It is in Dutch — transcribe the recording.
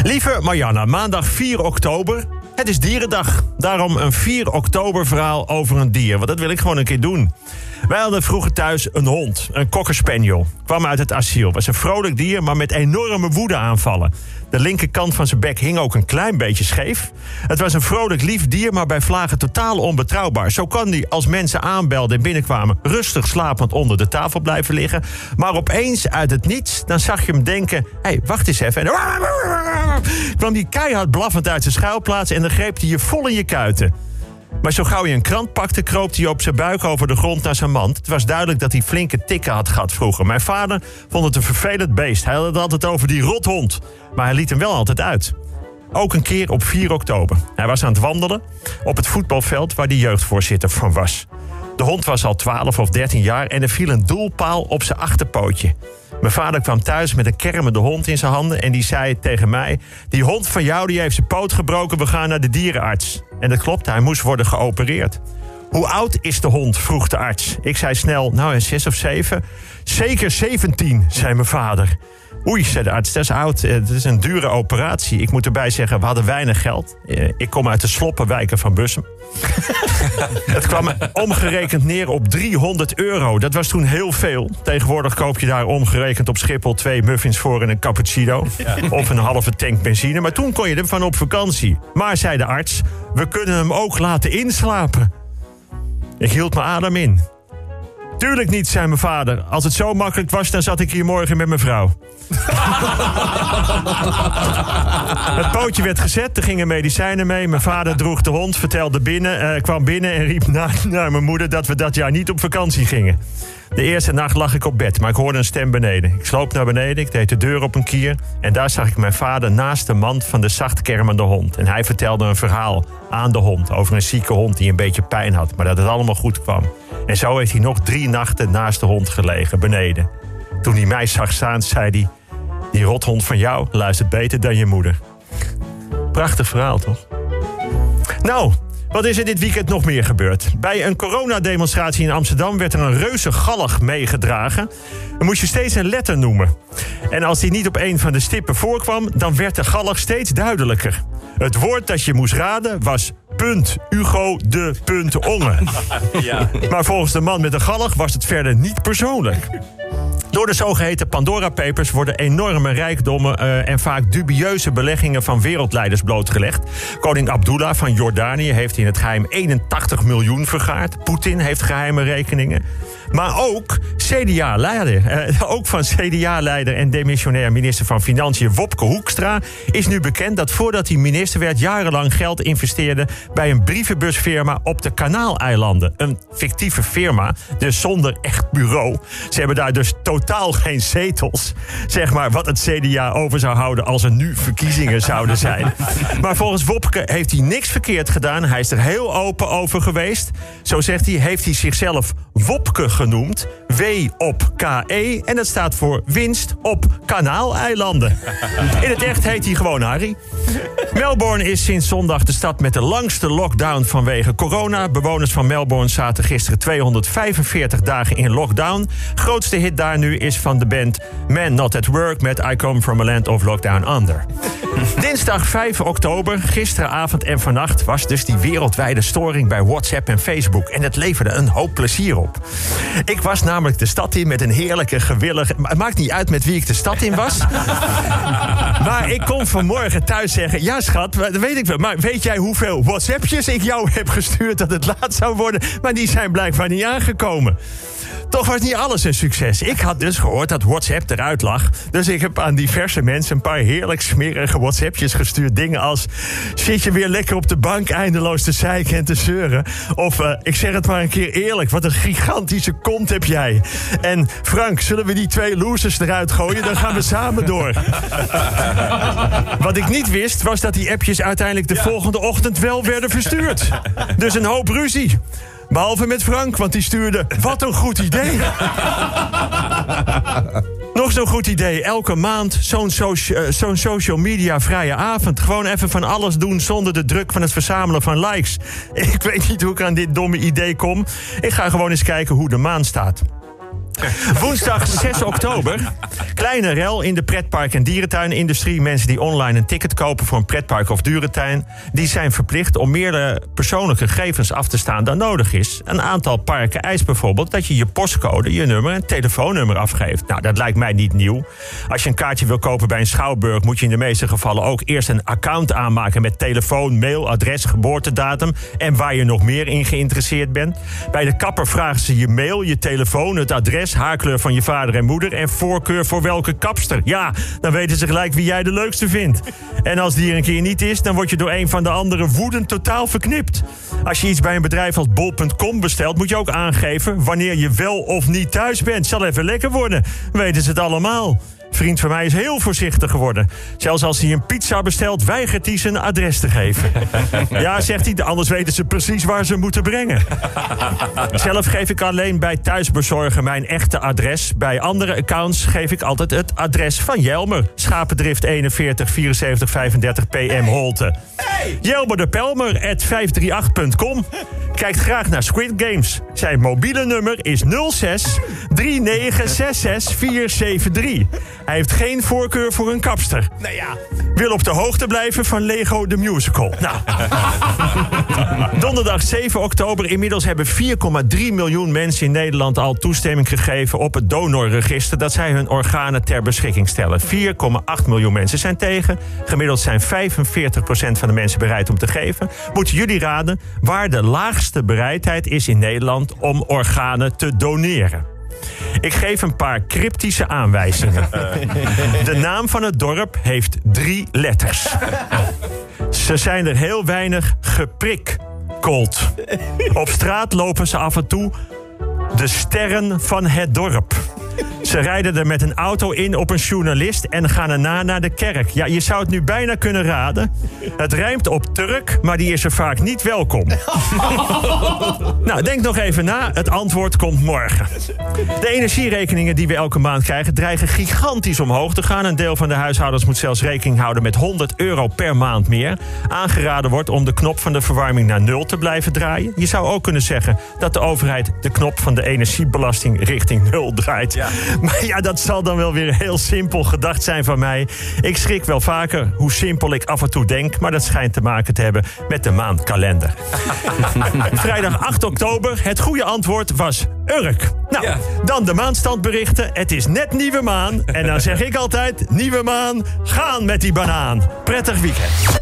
Lieve Marianne, maandag 4 oktober. Het is dierendag. Daarom een 4 oktober verhaal over een dier. Want dat wil ik gewoon een keer doen. Wij hadden vroeger thuis een hond, een cocker spaniel. Kwam uit het asiel. Was een vrolijk dier, maar met enorme woedeaanvallen. De linkerkant van zijn bek hing ook een klein beetje scheef. Het was een vrolijk lief dier, maar bij vlagen totaal onbetrouwbaar. Zo kan hij, als mensen aanbelden en binnenkwamen, rustig slapend onder de tafel blijven liggen. Maar opeens, uit het niets, dan zag je hem denken: hé, wacht eens even. En kwam hij keihard blaffend uit zijn schuilplaats en dan greep hij je vol in je kuiten. Maar zo gauw hij een krant pakte, kroop hij op zijn buik over de grond naar zijn mand. Het was duidelijk dat hij flinke tikken had gehad vroeger. Mijn vader vond het een vervelend beest. Hij had het altijd over die rothond. Maar hij liet hem wel altijd uit. Ook een keer op 4 oktober. Hij was aan het wandelen op het voetbalveld waar de jeugdvoorzitter van was. De hond was al 12 of 13 jaar en er viel een doelpaal op zijn achterpootje. Mijn vader kwam thuis met een kermende hond in zijn handen en die zei tegen mij: die hond van jou die heeft zijn poot gebroken, we gaan naar de dierenarts. En dat klopt, hij moest worden geopereerd. Hoe oud is de hond? Vroeg de arts. Ik zei snel, 6 of 7. Zeker 17, zei mijn vader. Oei, zei de arts, dat is oud. Het is een dure operatie. Ik moet erbij zeggen, we hadden weinig geld. Ik kom uit de sloppenwijken van Bussum. Het kwam omgerekend neer op €300. Dat was toen heel veel. Tegenwoordig koop je daar omgerekend op Schiphol 2 muffins voor en een cappuccino. Ja. Of een halve tank benzine. Maar toen kon je er van op vakantie. Maar, zei de arts, we kunnen hem ook laten inslapen. Ik hield mijn adem in. Tuurlijk niet, zei mijn vader. Als het zo makkelijk was, dan zat ik hier morgen met mijn vrouw. Het pootje werd gezet, er gingen medicijnen mee. Mijn vader droeg de hond, kwam binnen en riep naar mijn moeder dat we dat jaar niet op vakantie gingen. De eerste nacht lag ik op bed, maar ik hoorde een stem beneden. Ik sloop naar beneden, ik deed de deur op een kier en daar zag ik mijn vader naast de mand van de zacht kermende hond. En hij vertelde een verhaal aan de hond over een zieke hond die een beetje pijn had, maar dat het allemaal goed kwam. En zo heeft hij nog 3 nachten naast de hond gelegen, beneden. Toen hij mij zag staan, zei hij: die rothond van jou luistert beter dan je moeder. Prachtig verhaal, toch? Nou, wat is er dit weekend nog meer gebeurd? Bij een coronademonstratie in Amsterdam werd er een reuze galg meegedragen. Dan moest je steeds een letter noemen. En als die niet op een van de stippen voorkwam, dan werd de galg steeds duidelijker. Het woord dat je moest raden was Hugo de Onge. Ja. Maar volgens de man met de galg was het verder niet persoonlijk. Door de zogeheten Pandora Papers worden enorme rijkdommen en vaak dubieuze beleggingen van wereldleiders blootgelegd. Koning Abdullah van Jordanië heeft in het geheim 81 miljoen vergaard. Poetin heeft geheime rekeningen. Maar ook van CDA-leider en demissionair minister van Financiën Wopke Hoekstra is nu bekend dat voordat hij minister werd jarenlang geld investeerde bij een brievenbusfirma op de Kanaaleilanden. Een fictieve firma, dus zonder echt bureau. Ze hebben daar dus totaal geen zetels. Zeg maar wat het CDA over zou houden als er nu verkiezingen zouden zijn. Maar volgens Wopke heeft hij niks verkeerd gedaan. Hij is er heel open over geweest. Zo zegt hij, heeft hij zichzelf Wopke genoemd. W op KE. En dat staat voor winst op Kanaaleilanden. In het echt heet hij gewoon Harry. Melbourne is sinds zondag de stad met de langste lockdown vanwege corona. Bewoners van Melbourne zaten gisteren 245 dagen in lockdown. Grootste hit daar nu is van de band Man Not At Work met I Come From A Land Of Lockdown Under. Dinsdag 5 oktober, gisteravond en vannacht was dus die wereldwijde storing bij WhatsApp en Facebook. En het leverde een hoop plezier op. Ik was namelijk de stad in met een heerlijke, gewillige... Het maakt niet uit met wie ik de stad in was. Maar ik kon vanmorgen thuis zeggen... Ja, schat, dat weet ik wel. Maar weet jij hoeveel WhatsAppjes ik jou heb gestuurd dat het laat zou worden? Maar die zijn blijkbaar niet aangekomen. Toch was niet alles een succes. Ik had dus gehoord dat WhatsApp eruit lag. Dus ik heb aan diverse mensen een paar heerlijk smerige WhatsAppjes gestuurd. Dingen als: zit je weer lekker op de bank eindeloos te zeiken en te zeuren? Of ik zeg het maar een keer eerlijk, wat een gigantische kont heb jij. En Frank, zullen we die 2 losers eruit gooien? Dan gaan we samen door. Wat ik niet wist, was dat die appjes uiteindelijk de volgende ochtend wel werden verstuurd. Dus een hoop ruzie. Behalve met Frank, want die stuurde: wat een goed idee. Nog zo'n goed idee. Elke maand zo'n social media vrije avond. Gewoon even van alles doen zonder de druk van het verzamelen van likes. Ik weet niet hoe ik aan dit domme idee kom. Ik ga gewoon eens kijken hoe de maan staat. Woensdag 6 oktober. Kleine rel in de pretpark- en dierentuinindustrie. Mensen die online een ticket kopen voor een pretpark of dierentuin, die zijn verplicht om meerdere persoonlijke gegevens af te staan dan nodig is. Een aantal parken eist bijvoorbeeld dat je je postcode, je nummer en telefoonnummer afgeeft. Nou, dat lijkt mij niet nieuw. Als je een kaartje wil kopen bij een schouwburg, moet je in de meeste gevallen ook eerst een account aanmaken met telefoon, mail, adres, geboortedatum en waar je nog meer in geïnteresseerd bent. Bij de kapper vragen ze je mail, je telefoon, het adres, haarkleur van je vader en moeder en voorkeur voor welke kapster. Ja, dan weten ze gelijk wie jij de leukste vindt. En als die er een keer niet is, dan word je door een van de anderen woedend totaal verknipt. Als je iets bij een bedrijf als bol.com bestelt, moet je ook aangeven wanneer je wel of niet thuis bent. Zal even lekker worden. Weten ze het allemaal. Een vriend van mij is heel voorzichtig geworden. Zelfs als hij een pizza bestelt, weigert hij zijn adres te geven. Ja, zegt hij, anders weten ze precies waar ze moeten brengen. Zelf geef ik alleen bij thuisbezorgen mijn echte adres. Bij andere accounts geef ik altijd het adres van Jelmer. Schapendrift 41 74 35 PM Holte. Jelmer de Pelmer @538.com. Kijkt graag naar Squid Games. Zijn mobiele nummer is 06 3966 473. Hij heeft geen voorkeur voor een kapster. Nou ja. Wil op de hoogte blijven van Lego the Musical. Nou. Donderdag 7 oktober. Inmiddels hebben 4,3 miljoen mensen in Nederland al toestemming gegeven op het donorregister dat zij hun organen ter beschikking stellen. 4,8 miljoen mensen zijn tegen. Gemiddeld zijn 45% van de mensen bereid om te geven. Moeten jullie raden waar de laagste bereidheid is in Nederland om organen te doneren? Ik geef een paar cryptische aanwijzingen. De naam van het dorp heeft 3 letters. Ze zijn er heel weinig geprikkeld. Op straat lopen ze af en toe de sterren van het dorp. Ze rijden er met een auto in op een journalist en gaan erna naar de kerk. Ja, je zou het nu bijna kunnen raden. Het rijmt op Turk, maar die is er vaak niet welkom. Nou, denk nog even na. Het antwoord komt morgen. De energierekeningen die we elke maand krijgen dreigen gigantisch omhoog te gaan. Een deel van de huishoudens moet zelfs rekening houden met €100 per maand meer. Aangeraden wordt om de knop van de verwarming naar 0 te blijven draaien. Je zou ook kunnen zeggen dat de overheid de knop van de energiebelasting richting 0 draait. Ja. Maar ja, dat zal dan wel weer heel simpel gedacht zijn van mij. Ik schrik wel vaker hoe simpel ik af en toe denk, maar dat schijnt te maken te hebben met de maandkalender. Vrijdag 8 oktober, het goede antwoord was Urk. Nou, ja. Dan de maanstandberichten. Het is net nieuwe maan. En dan zeg ik altijd, nieuwe maan, gaan met die banaan. Prettig weekend.